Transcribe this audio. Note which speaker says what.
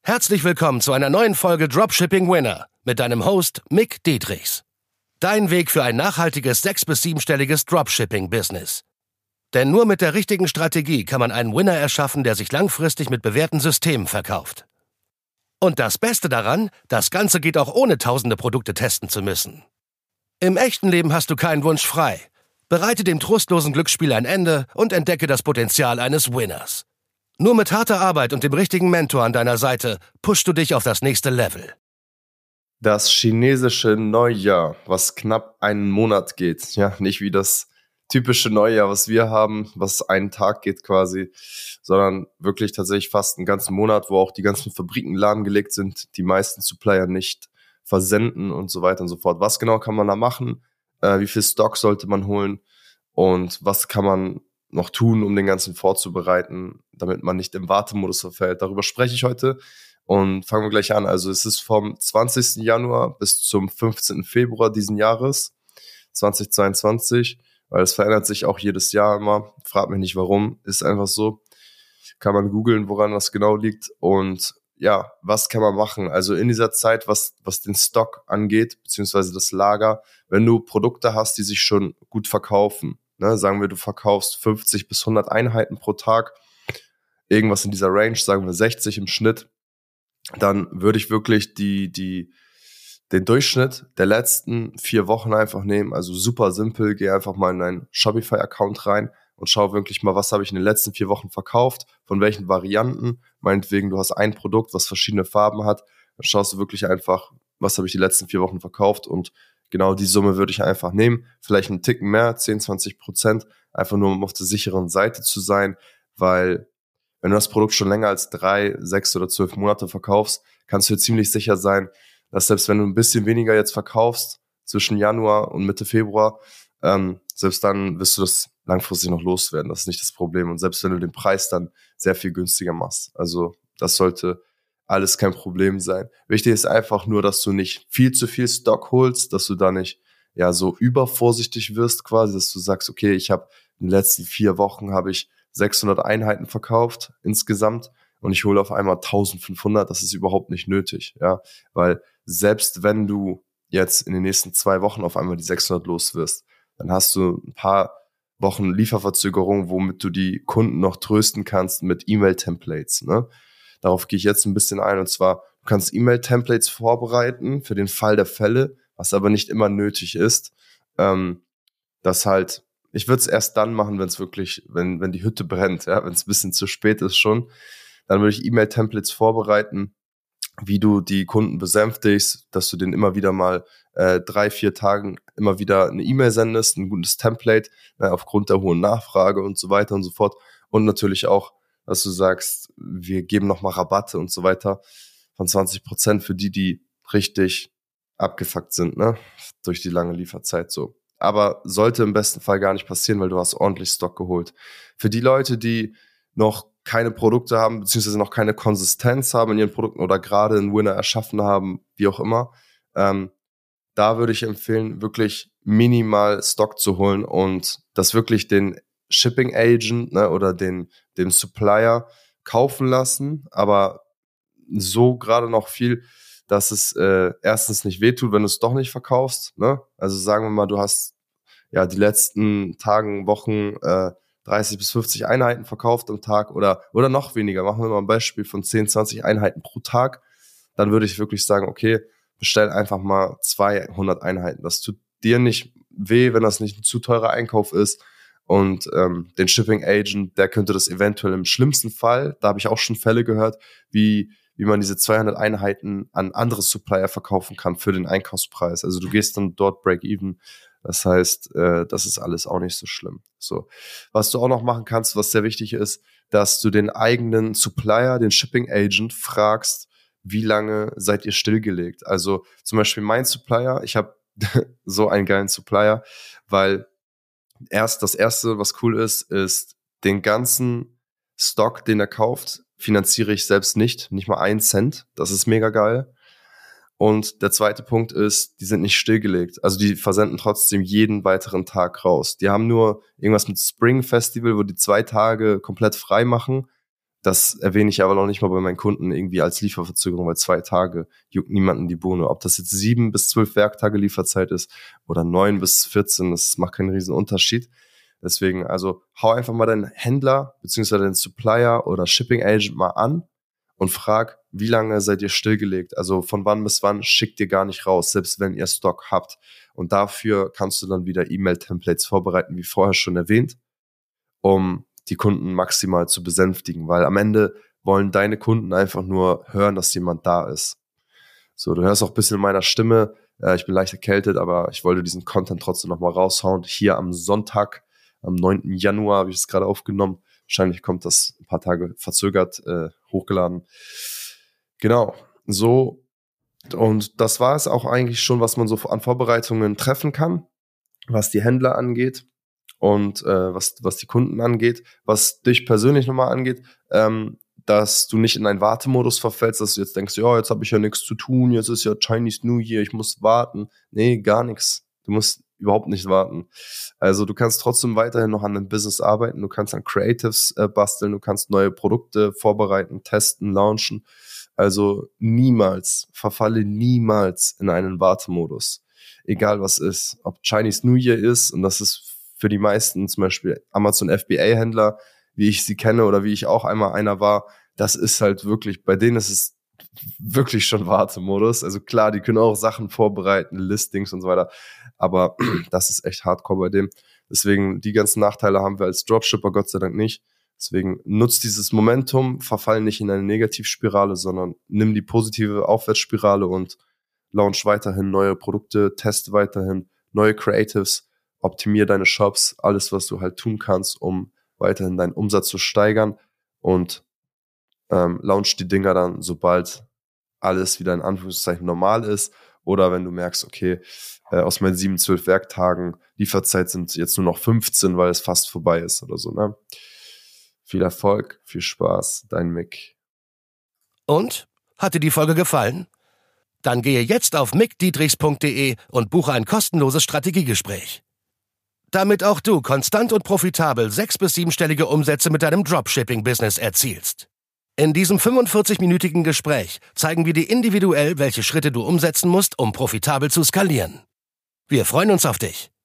Speaker 1: Herzlich willkommen zu einer neuen Folge Dropshipping Winner mit deinem Host Mick Dietrichs. Dein Weg für ein nachhaltiges 6- bis 7-stelliges Dropshipping-Business. Denn nur mit der richtigen Strategie kann man einen Winner erschaffen, der sich langfristig mit bewährten Systemen verkauft. Und das Beste daran, das Ganze geht auch ohne tausende Produkte testen zu müssen. Im echten Leben hast du keinen Wunsch frei. Bereite dem trostlosen Glücksspiel ein Ende und entdecke das Potenzial eines Winners. Nur mit harter Arbeit und dem richtigen Mentor an deiner Seite pushst du dich auf das nächste Level.
Speaker 2: Das chinesische Neujahr, was knapp einen Monat geht. Ja, nicht wie das typische Neujahr, was wir haben, was einen Tag geht quasi, sondern wirklich tatsächlich fast einen ganzen Monat, wo auch die ganzen Fabriken lahmgelegt sind, die meisten Supplier nicht versenden und so weiter und so fort. Was genau kann man da machen? Wie viel Stock sollte man holen? Und was kann man noch tun, um den Ganzen vorzubereiten, damit man nicht im Wartemodus verfällt? Darüber spreche ich heute und fangen wir gleich an. Also es ist vom 20. Januar bis zum 15. Februar diesen Jahres, 2022, weil es verändert sich auch jedes Jahr immer. Fragt mich nicht warum, ist einfach so. Kann man googeln, woran das genau liegt. Und ja, was kann man machen? Also in dieser Zeit, was den Stock angeht, beziehungsweise das Lager, wenn du Produkte hast, die sich schon gut verkaufen, ne, sagen wir, du verkaufst 50 bis 100 Einheiten pro Tag, irgendwas in dieser Range, sagen wir 60 im Schnitt, dann würde ich wirklich den Durchschnitt der letzten 4 Wochen einfach nehmen. Also super simpel, geh einfach mal in deinen Shopify-Account rein und schau wirklich mal, was habe ich in den letzten 4 Wochen verkauft, von welchen Varianten. Meinetwegen, du hast ein Produkt, was verschiedene Farben hat, dann schaust du wirklich einfach, was habe ich die letzten 4 Wochen verkauft, und genau die Summe würde ich einfach nehmen. Vielleicht einen Ticken mehr, 10-20%, einfach nur um auf der sicheren Seite zu sein, weil wenn du das Produkt schon länger als 3, 6 oder 12 Monate verkaufst, kannst du dir ziemlich sicher sein, dass selbst wenn du ein bisschen weniger jetzt verkaufst, zwischen Januar und Mitte Februar, selbst dann wirst du das langfristig noch loswerden. Das ist nicht das Problem. Und selbst wenn du den Preis dann sehr viel günstiger machst. Also das sollte alles kein Problem sein. Wichtig ist einfach nur, dass du nicht viel zu viel Stock holst, dass du da nicht so übervorsichtig wirst quasi, dass du sagst, okay, ich habe in den letzten 4 Wochen habe ich 600 Einheiten verkauft insgesamt und ich hole auf einmal 1500. Das ist überhaupt nicht nötig, ja, weil selbst wenn du jetzt in den nächsten 2 Wochen auf einmal die 600 los wirst, dann hast du ein paar Wochen Lieferverzögerung, womit du die Kunden noch trösten kannst mit E-Mail-Templates, ne? Darauf gehe ich jetzt ein bisschen ein, und zwar, du kannst E-Mail-Templates vorbereiten für den Fall der Fälle, was aber nicht immer nötig ist. Das halt, ich würde es erst dann machen, wenn es wirklich, wenn die Hütte brennt, ja, wenn es ein bisschen zu spät ist schon, dann würde ich E-Mail-Templates vorbereiten, wie du die Kunden besänftigst, dass du denen immer wieder mal 3-4 Tagen immer wieder eine E-Mail sendest, ein gutes Template, aufgrund der hohen Nachfrage und so weiter und so fort. Und natürlich auch, dass du sagst, wir geben nochmal Rabatte und so weiter von 20% für die richtig abgefuckt sind, ne, durch die lange Lieferzeit so. Aber sollte im besten Fall gar nicht passieren, weil du hast ordentlich Stock geholt. Für die Leute, die noch keine Produkte haben, beziehungsweise noch keine Konsistenz haben in ihren Produkten oder gerade einen Winner erschaffen haben, wie auch immer, da würde ich empfehlen, wirklich minimal Stock zu holen und das wirklich den Shipping Agent, ne, oder dem Supplier kaufen lassen, aber so gerade noch viel, dass es erstens nicht wehtut, wenn du es doch nicht verkaufst, ne? Also sagen wir mal, du hast die letzten Tagen, Wochen 30 bis 50 Einheiten verkauft am Tag oder noch weniger. Machen wir mal ein Beispiel von 10, 20 Einheiten pro Tag. Dann würde ich wirklich sagen, okay, bestell einfach mal 200 Einheiten. Das tut dir nicht weh, wenn das nicht ein zu teurer Einkauf ist. Und den Shipping Agent, der könnte das eventuell im schlimmsten Fall, da habe ich auch schon Fälle gehört, wie man diese 200 Einheiten an andere Supplier verkaufen kann für den Einkaufspreis. Also du gehst dann dort Break-Even. Das heißt, das ist alles auch nicht so schlimm. So, was du auch noch machen kannst, was sehr wichtig ist, dass du den eigenen Supplier, den Shipping Agent, fragst, wie lange seid ihr stillgelegt? Also zum Beispiel mein Supplier, ich habe so einen geilen Supplier, weil das Erste, was cool ist den ganzen Stock, den er kauft, finanziere ich selbst nicht mal 1 Cent. Das ist mega geil. Und der zweite Punkt ist, die sind nicht stillgelegt. Also die versenden trotzdem jeden weiteren Tag raus. Die haben nur irgendwas mit Spring Festival, wo die 2 Tage komplett frei machen. Das erwähne ich aber noch nicht mal bei meinen Kunden irgendwie als Lieferverzögerung, weil 2 Tage juckt niemanden die Bohne. Ob das jetzt 7 bis 12 Werktage Lieferzeit ist oder 9 bis 14, das macht keinen riesen Unterschied. Deswegen, also hau einfach mal deinen Händler bzw. deinen Supplier oder Shipping Agent mal an und frag, wie lange seid ihr stillgelegt? Also von wann bis wann schickt ihr gar nicht raus, selbst wenn ihr Stock habt. Und dafür kannst du dann wieder E-Mail-Templates vorbereiten, wie vorher schon erwähnt, um die Kunden maximal zu besänftigen, weil am Ende wollen deine Kunden einfach nur hören, dass jemand da ist. So, du hörst auch ein bisschen in meiner Stimme, ich bin leicht erkältet, aber ich wollte diesen Content trotzdem nochmal raushauen. Hier am Sonntag, am 9. Januar habe ich es gerade aufgenommen. Wahrscheinlich kommt das ein paar Tage verzögert hochgeladen. Genau, so. Und das war es auch eigentlich schon, was man so an Vorbereitungen treffen kann, was die Händler angeht und was die Kunden angeht. Was dich persönlich nochmal angeht, dass du nicht in einen Wartemodus verfällst, dass du jetzt denkst, ja, jetzt habe ich ja nichts zu tun, jetzt ist ja Chinese New Year, ich muss warten. Nee, gar nichts. Du musst überhaupt nicht warten. Also du kannst trotzdem weiterhin noch an deinem Business arbeiten, du kannst an Creatives basteln, du kannst neue Produkte vorbereiten, testen, launchen. Also verfalle niemals in einen Wartemodus. Egal was ist. Ob Chinese New Year ist, und das ist für die meisten zum Beispiel Amazon FBA-Händler, wie ich sie kenne oder wie ich auch einmal einer war, das ist halt wirklich, bei denen ist es wirklich schon Wartemodus. Also klar, die können auch Sachen vorbereiten, Listings und so weiter, aber das ist echt hardcore bei dem. Deswegen, die ganzen Nachteile haben wir als Dropshipper Gott sei Dank nicht. Deswegen nutzt dieses Momentum, verfall nicht in eine Negativspirale, sondern nimm die positive Aufwärtsspirale und launch weiterhin neue Produkte, teste weiterhin neue Creatives, optimier deine Shops, alles, was du halt tun kannst, um weiterhin deinen Umsatz zu steigern und launch die Dinger dann, sobald alles wieder in Anführungszeichen normal ist oder wenn du merkst, okay, aus meinen 7, 12 Werktagen Lieferzeit sind jetzt nur noch 15, weil es fast vorbei ist oder so, ne? Viel Erfolg, viel Spaß, dein Mick.
Speaker 1: Und? Hat dir die Folge gefallen? Dann gehe jetzt auf mickdietrichs.de und buche ein kostenloses Strategiegespräch. Damit auch du konstant und profitabel 6- bis 7-stellige Umsätze mit deinem Dropshipping-Business erzielst. In diesem 45-minütigen Gespräch zeigen wir dir individuell, welche Schritte du umsetzen musst, um profitabel zu skalieren. Wir freuen uns auf dich.